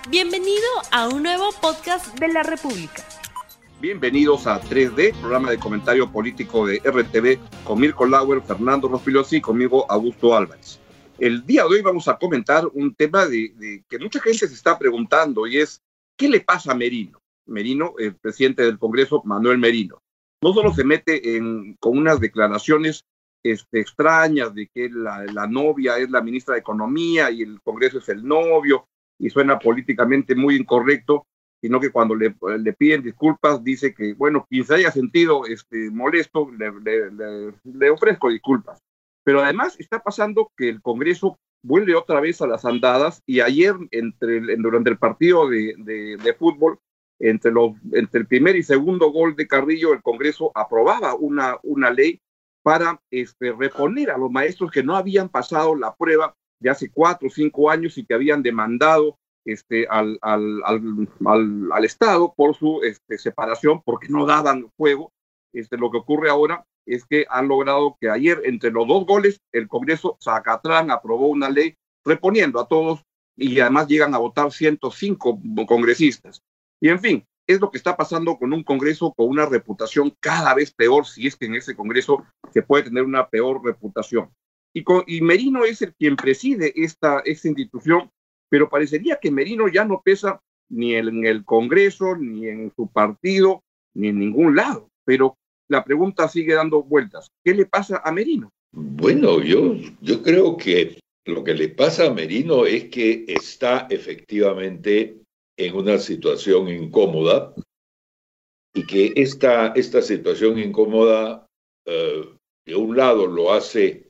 Bienvenido a un nuevo podcast de La República. Bienvenidos a 3D, programa de comentario político de RTV, con Mirko Lauer, Fernando Rospigliosi y conmigo Augusto Álvarez. El día de hoy vamos a comentar un tema de que mucha gente se está preguntando, y es, ¿qué le pasa a Merino? Merino, el presidente del Congreso, Manuel Merino. No solo se mete con unas declaraciones extrañas de que la novia es la ministra de Economía y el Congreso es el novio, y suena políticamente muy incorrecto, sino que cuando le piden disculpas dice que, bueno, quien se haya sentido molesto, le ofrezco disculpas. Pero además está pasando que el Congreso vuelve otra vez a las andadas, y ayer durante el partido de fútbol, entre el primer y segundo gol de Carrillo, el Congreso aprobaba una ley para reponer a los maestros que no habían pasado la prueba de hace 4 o 5 años y que habían demandado al Estado por su separación porque no daban juego. Lo que ocurre ahora es que han logrado que ayer, entre los 2 goles, el Congreso Zacatlán aprobó una ley reponiendo a todos, y además llegan a votar 105 congresistas. Y en fin, es lo que está pasando con un Congreso con una reputación cada vez peor, si es que en ese Congreso se puede tener una peor reputación. Y Merino es el quien preside esta institución, pero parecería que Merino ya no pesa ni en el Congreso, ni en su partido, ni en ningún lado. Pero la pregunta sigue dando vueltas. ¿Qué le pasa a Merino? Bueno, yo creo que lo que le pasa a Merino es que está efectivamente en una situación incómoda, y que esta situación incómoda, de un lado, lo hace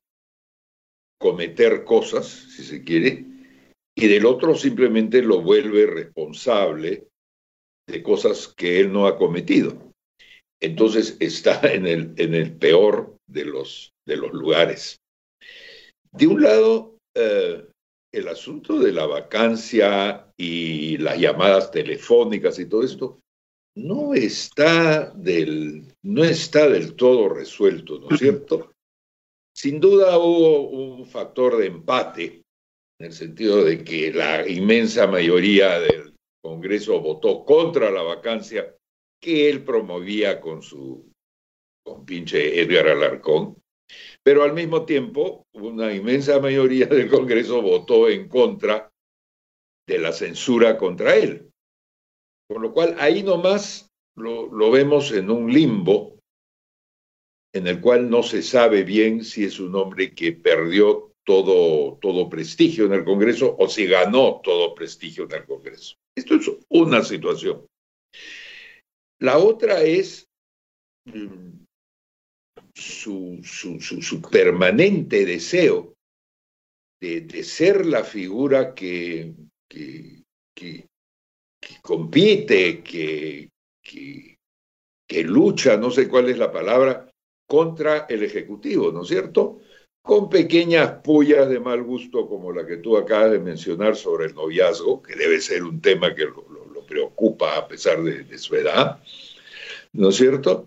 cometer cosas, si se quiere, y del otro simplemente lo vuelve responsable de cosas que él no ha cometido. Entonces está en el peor de los lugares. De un lado, el asunto de la vacancia y las llamadas telefónicas y todo esto no está del todo resuelto, ¿no es cierto? Sin duda hubo un factor de empate, en el sentido de que la inmensa mayoría del Congreso votó contra la vacancia que él promovía con pinche Edgar Alarcón, pero al mismo tiempo una inmensa mayoría del Congreso votó en contra de la censura contra él. Con lo cual ahí nomás lo vemos en un limbo en el cual no se sabe bien si es un hombre que perdió todo prestigio en el Congreso o si ganó todo prestigio en el Congreso. Esto es una situación. La otra es su permanente deseo de ser la figura que compite, que lucha, no sé cuál es la palabra, contra el Ejecutivo, ¿no es cierto? Con pequeñas pullas de mal gusto como la que tú acabas de mencionar sobre el noviazgo, que debe ser un tema que lo preocupa a pesar de su edad, ¿no es cierto?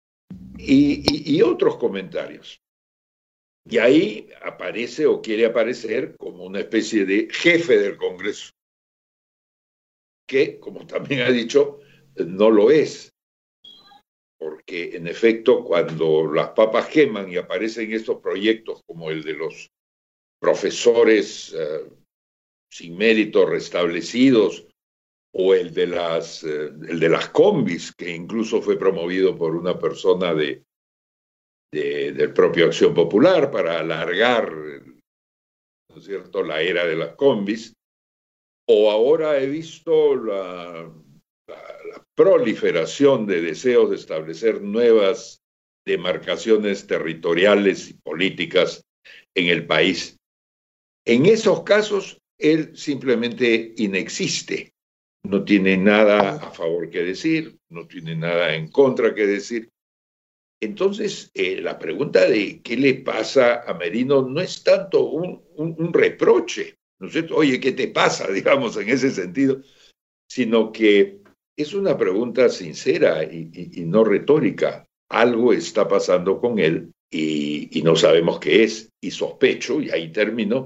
Y otros comentarios. Y ahí aparece o quiere aparecer como una especie de jefe del Congreso, que, como también ha dicho, no lo es. Porque, en efecto, cuando las papas queman y aparecen estos proyectos como el de los profesores sin mérito restablecidos, o el de las combis, que incluso fue promovido por una persona del propio Acción Popular para alargar, ¿no es cierto?, la era de las combis, o ahora he visto la proliferación de deseos de establecer nuevas demarcaciones territoriales y políticas en el país. En esos casos, él simplemente inexiste. No tiene nada a favor que decir, no tiene nada en contra que decir. Entonces, la pregunta de qué le pasa a Merino no es tanto un reproche, ¿no es cierto? Oye, ¿qué te pasa? Digamos, en ese sentido, sino que es una pregunta sincera y no retórica. Algo está pasando con él y no sabemos qué es. Y sospecho, y ahí termino,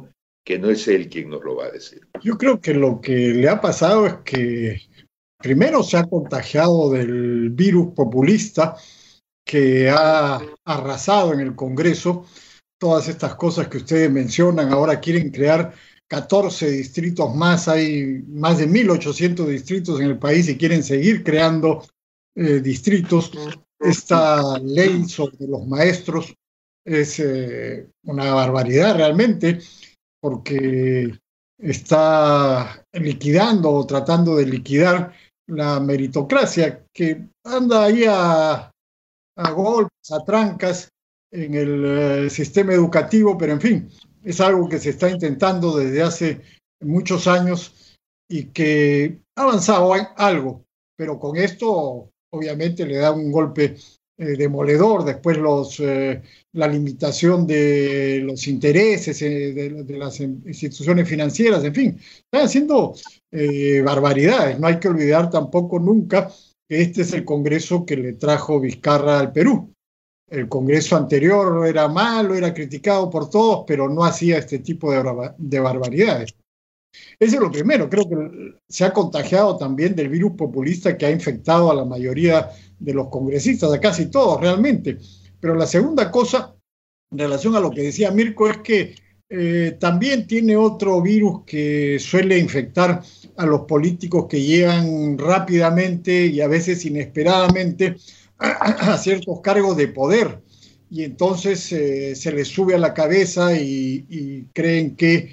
que no es él quien nos lo va a decir. Yo creo que lo que le ha pasado es que primero se ha contagiado del virus populista que ha arrasado en el Congreso. Todas estas cosas que ustedes mencionan, ahora quieren crear 14 distritos más, hay más de 1.800 distritos en el país y quieren seguir creando distritos. Esta ley sobre los maestros es una barbaridad realmente, porque está liquidando o tratando de liquidar la meritocracia, que anda ahí a golpes, a trancas en el sistema educativo, pero en fin, es algo que se está intentando desde hace muchos años y que ha avanzado algo, pero con esto obviamente le da un golpe demoledor. Después la limitación de los intereses de las instituciones financieras, en fin, están haciendo barbaridades. No hay que olvidar tampoco nunca que este es el Congreso que le trajo Vizcarra al Perú. El Congreso anterior era malo, era criticado por todos, pero no hacía este tipo de barbaridades. Eso es lo primero. Creo que se ha contagiado también del virus populista que ha infectado a la mayoría de los congresistas, a casi todos realmente. Pero la segunda cosa, en relación a lo que decía Mirko, es que también tiene otro virus que suele infectar a los políticos que llegan rápidamente y a veces inesperadamente a ciertos cargos de poder, y entonces se les sube a la cabeza y creen que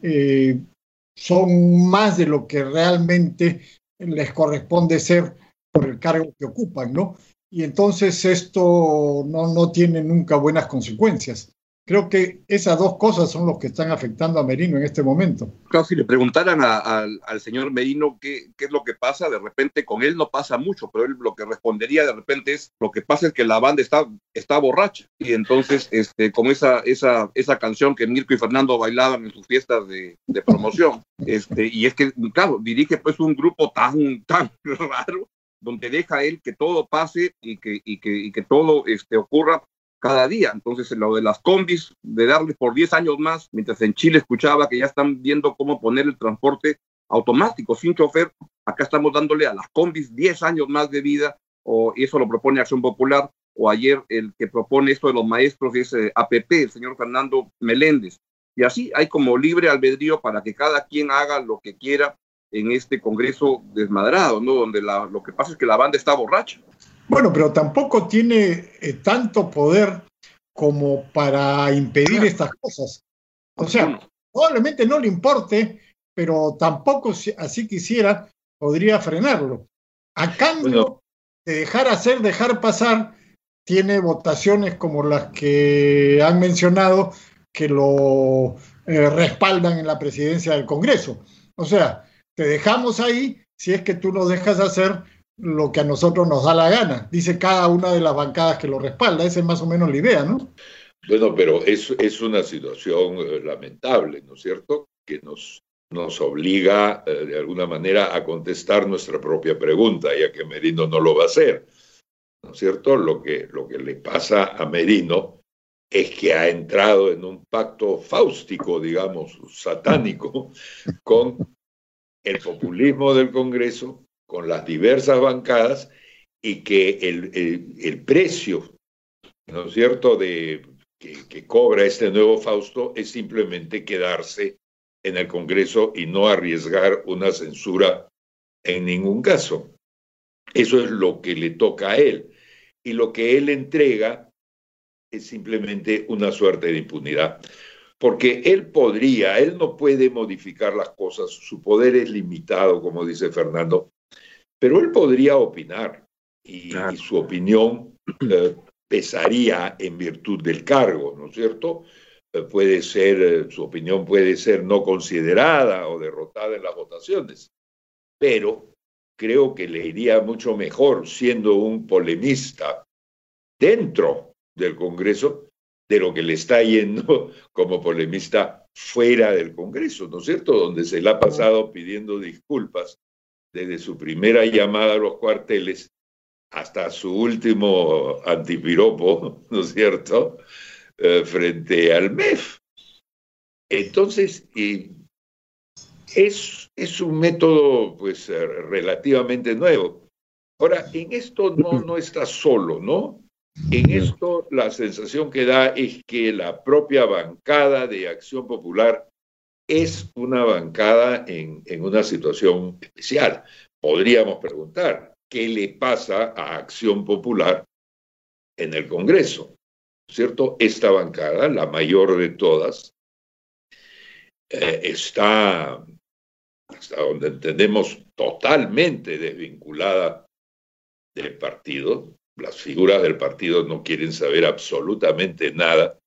son más de lo que realmente les corresponde ser por el cargo que ocupan, ¿no? Y entonces esto no tiene nunca buenas consecuencias. Creo que esas dos cosas son los que están afectando a Merino en este momento. Claro, si le preguntaran al señor Merino qué es lo que pasa, de repente con él no pasa mucho, pero él lo que respondería de repente es: lo que pasa es que la banda está borracha. Y entonces, como esa canción que Mirko y Fernando bailaban en sus fiestas de promoción, y es que, claro, dirige pues un grupo tan raro, donde deja él que todo pase y que todo ocurra cada día. Entonces, lo de las combis, de darles por 10 años más, mientras en Chile escuchaba que ya están viendo cómo poner el transporte automático, sin chofer, acá estamos dándole a las combis 10 años más de vida, y eso lo propone Acción Popular, o ayer el que propone esto de los maestros es APP, el señor Fernando Meléndez. Y así hay como libre albedrío para que cada quien haga lo que quiera en este Congreso desmadrado, ¿no? Donde lo que pasa es que la banda está borracha. Bueno, pero tampoco tiene tanto poder como para impedir estas cosas. O sea, probablemente no le importe, pero tampoco, si así quisiera, podría frenarlo. A cambio de dejar pasar, tiene votaciones como las que han mencionado que lo respaldan en la presidencia del Congreso. O sea, te dejamos ahí si es que tú nos dejas hacer lo que a nosotros nos da la gana, dice cada una de las bancadas que lo respalda. Esa es más o menos la idea, ¿no? Bueno, pero es una situación lamentable, ¿no es cierto?, que nos obliga de alguna manera a contestar nuestra propia pregunta, ya que Merino no lo va a hacer, ¿no es cierto? Lo que le pasa a Merino es que ha entrado en un pacto fáustico, digamos, satánico, con el populismo del Congreso, con las diversas bancadas, y que el precio, ¿no es cierto?, que cobra este nuevo Fausto es simplemente quedarse en el Congreso y no arriesgar una censura en ningún caso. Eso es lo que le toca a él. Y lo que él entrega es simplemente una suerte de impunidad. Porque él no puede modificar las cosas, su poder es limitado, como dice Fernando, pero él podría opinar y su opinión pesaría en virtud del cargo, ¿no es cierto? Su opinión puede ser no considerada o derrotada en las votaciones, pero creo que le iría mucho mejor siendo un polemista dentro del Congreso de lo que le está yendo como polemista fuera del Congreso, ¿no es cierto? Donde se le ha pasado pidiendo disculpas desde su primera llamada a los cuarteles hasta su último antipiropo, ¿no es cierto?, frente al MEF. Entonces, es un método pues relativamente nuevo. Ahora, en esto no está solo, ¿no? En esto la sensación que da es que la propia bancada de Acción Popular es una bancada en una situación especial. Podríamos preguntar, ¿qué le pasa a Acción Popular en el Congreso? ¿Cierto? Esta bancada, la mayor de todas, está, hasta donde entendemos, totalmente desvinculada del partido. Las figuras del partido no quieren saber absolutamente nada.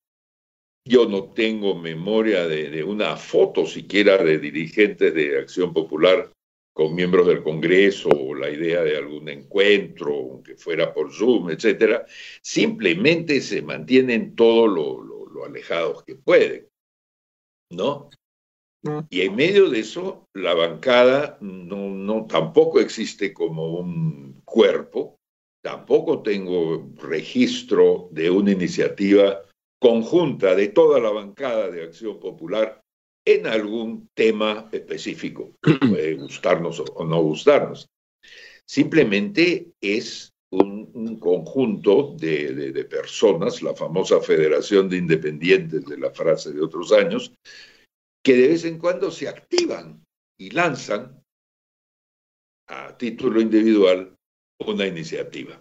Yo no tengo memoria de una foto siquiera de dirigentes de Acción Popular con miembros del Congreso, o la idea de algún encuentro, aunque fuera por Zoom, etcétera. Simplemente se mantienen todo lo alejados que pueden, ¿no? Y en medio de eso, la bancada tampoco existe como un cuerpo, tampoco tengo registro de una iniciativa conjunta de toda la bancada de Acción Popular en algún tema específico, puede gustarnos o no gustarnos. Simplemente es un conjunto de personas, la famosa Federación de Independientes de la frase de otros años, que de vez en cuando se activan y lanzan a título individual una iniciativa.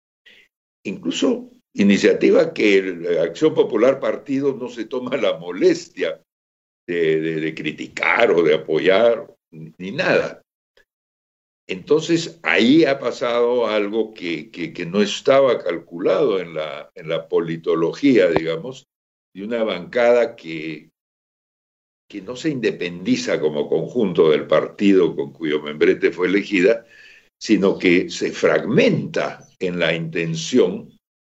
Incluso iniciativa que la Acción Popular Partido no se toma la molestia de criticar o de apoyar, ni nada. Entonces, ahí ha pasado algo que no estaba calculado en la politología, digamos, de una bancada que no se independiza como conjunto del partido con cuyo membrete fue elegida, sino que se fragmenta en la intención,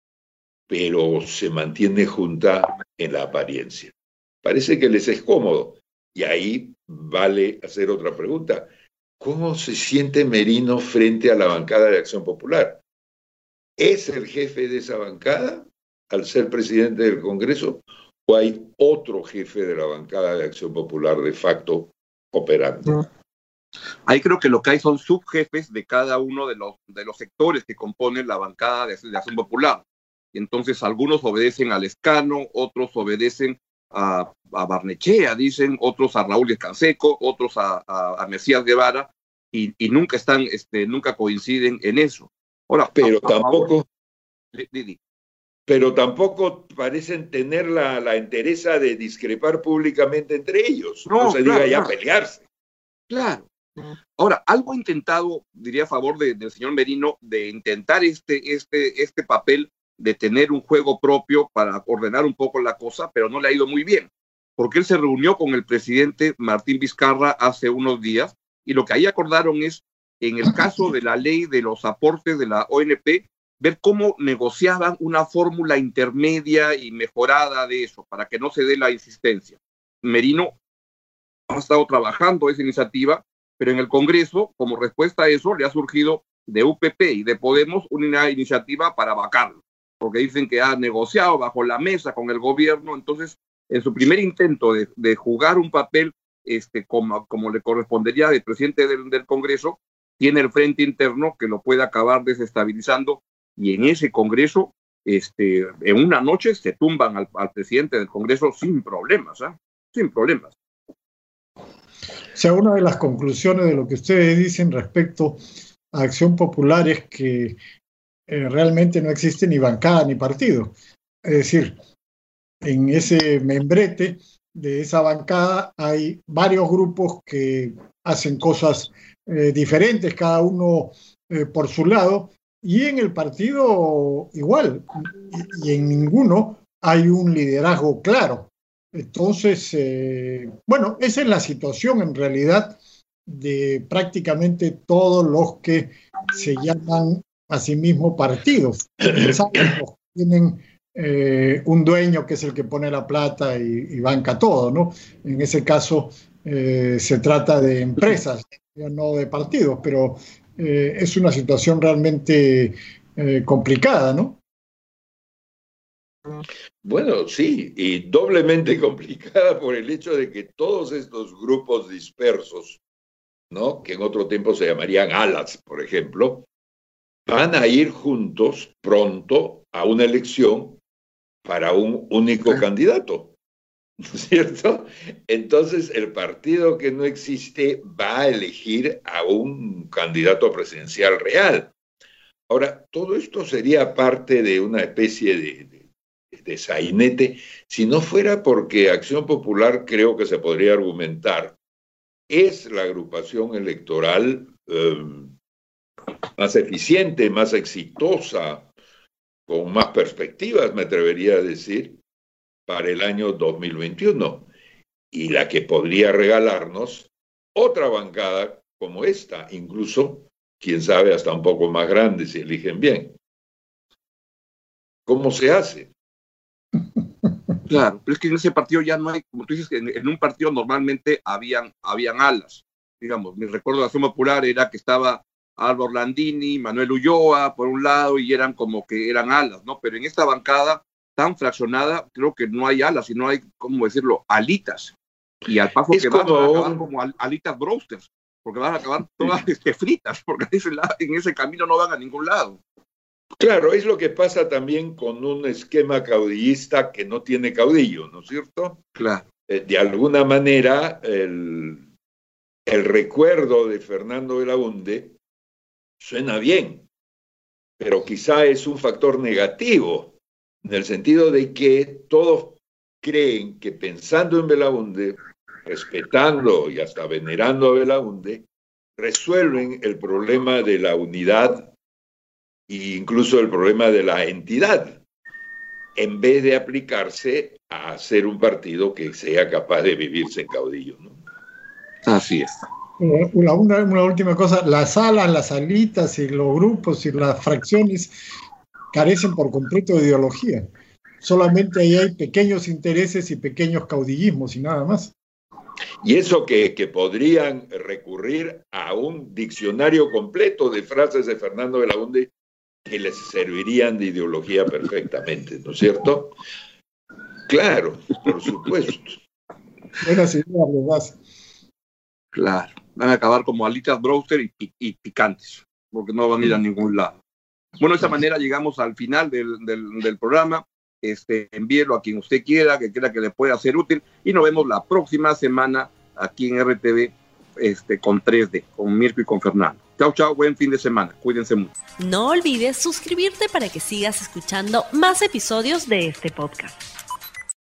pero se mantiene junta en la apariencia. Parece que les es cómodo. Y ahí vale hacer otra pregunta. ¿Cómo se siente Merino frente a la bancada de Acción Popular? ¿Es el jefe de esa bancada al ser presidente del Congreso? ¿O hay otro jefe de la bancada de Acción Popular de facto operando? Ahí creo que lo que hay son subjefes de cada uno de los sectores que componen la bancada de Acción Popular. Y entonces algunos obedecen al Lescano, otros obedecen a Barnechea, dicen, otros a Raúl Escanseco, otros a Mesías Guevara, y nunca están, nunca coinciden en eso. Ahora, pero tampoco parecen tener la entereza de discrepar públicamente entre ellos. No se diga ya pelearse. Claro. Ahora, algo intentado, diría a favor del señor Merino, de intentar este papel de tener un juego propio para ordenar un poco la cosa, pero no le ha ido muy bien, porque él se reunió con el presidente Martín Vizcarra hace unos días, y lo que ahí acordaron es, en el caso de la ley de los aportes de la ONP, ver cómo negociaban una fórmula intermedia y mejorada de eso, para que no se dé la insistencia. Merino ha estado trabajando esa iniciativa, pero en el Congreso, como respuesta a eso, le ha surgido de UPP y de Podemos una iniciativa para vacarlo, porque dicen que ha negociado bajo la mesa con el gobierno. Entonces, en su primer intento de jugar un papel como le correspondería de presidente del Congreso, tiene el frente interno que lo puede acabar desestabilizando, y en ese Congreso, en una noche se tumban al presidente del Congreso sin problemas, sin problemas. O sea, una de las conclusiones de lo que ustedes dicen respecto a Acción Popular es que realmente no existe ni bancada ni partido. Es decir, en ese membrete de esa bancada hay varios grupos que hacen cosas diferentes, cada uno por su lado, y en el partido igual, y en ninguno hay un liderazgo claro. Entonces, bueno, esa es la situación en realidad de prácticamente todos los que se llaman a sí mismos partidos. Tienen un dueño que es el que pone la plata y banca todo, ¿no? En ese caso se trata de empresas, no de partidos, pero es una situación realmente complicada, ¿no? Bueno, sí, y doblemente complicada por el hecho de que todos estos grupos dispersos, ¿no?, que en otro tiempo se llamarían alas, por ejemplo, van a ir juntos pronto a una elección para un único candidato, ¿no es cierto? Entonces, el partido que no existe va a elegir a un candidato presidencial real. Ahora, todo esto sería parte de una especie de sainete, si no fuera porque Acción Popular, creo que se podría argumentar, es la agrupación electoral más eficiente, más exitosa, con más perspectivas, me atrevería a decir, para el año 2021, y la que podría regalarnos otra bancada como esta, incluso, quién sabe, hasta un poco más grande si eligen bien. ¿Cómo se hace? Claro, pero es que en ese partido ya no hay, como tú dices, en un partido normalmente habían alas. Digamos, mi recuerdo de Acción Popular era que estaba Álvaro Landini, Manuel Ulloa, por un lado, y eran como que eran alas, ¿no? Pero en esta bancada tan fraccionada, creo que no hay alas, sino hay, ¿cómo decirlo?, alitas. Y al paso que van a acabar como alitas broasters, porque van a acabar todas fritas, porque en ese camino no van a ningún lado. Claro, es lo que pasa también con un esquema caudillista que no tiene caudillo, ¿no es cierto? Claro. De alguna manera, el recuerdo de Fernando Belaúnde suena bien, pero quizá es un factor negativo, en el sentido de que todos creen que pensando en Belaúnde, respetando y hasta venerando a Belaúnde, resuelven el problema de la unidad e incluso el problema de la entidad, en vez de aplicarse a hacer un partido que sea capaz de vivirse en caudillo, ¿no? Así es. Una última cosa, las alas, las alitas y los grupos y las fracciones carecen por completo de ideología. Solamente ahí hay pequeños intereses y pequeños caudillismos y nada más. Y eso que podrían recurrir a un diccionario completo de frases de Fernando Belaúnde que les servirían de ideología perfectamente, ¿no es cierto? Claro, por supuesto. Buenas ideas, ¿verdad? Claro, van a acabar como alitas broaster y picantes, porque no van a ir a ningún lado. Bueno, de esta manera llegamos al final del programa. Envíelo a quien usted quiera, que crea que le pueda ser útil, y nos vemos la próxima semana aquí en RTV con 3D, con Mirko y con Fernando. Chao, buen fin de semana, cuídense mucho. No olvides suscribirte para que sigas escuchando más episodios de este podcast.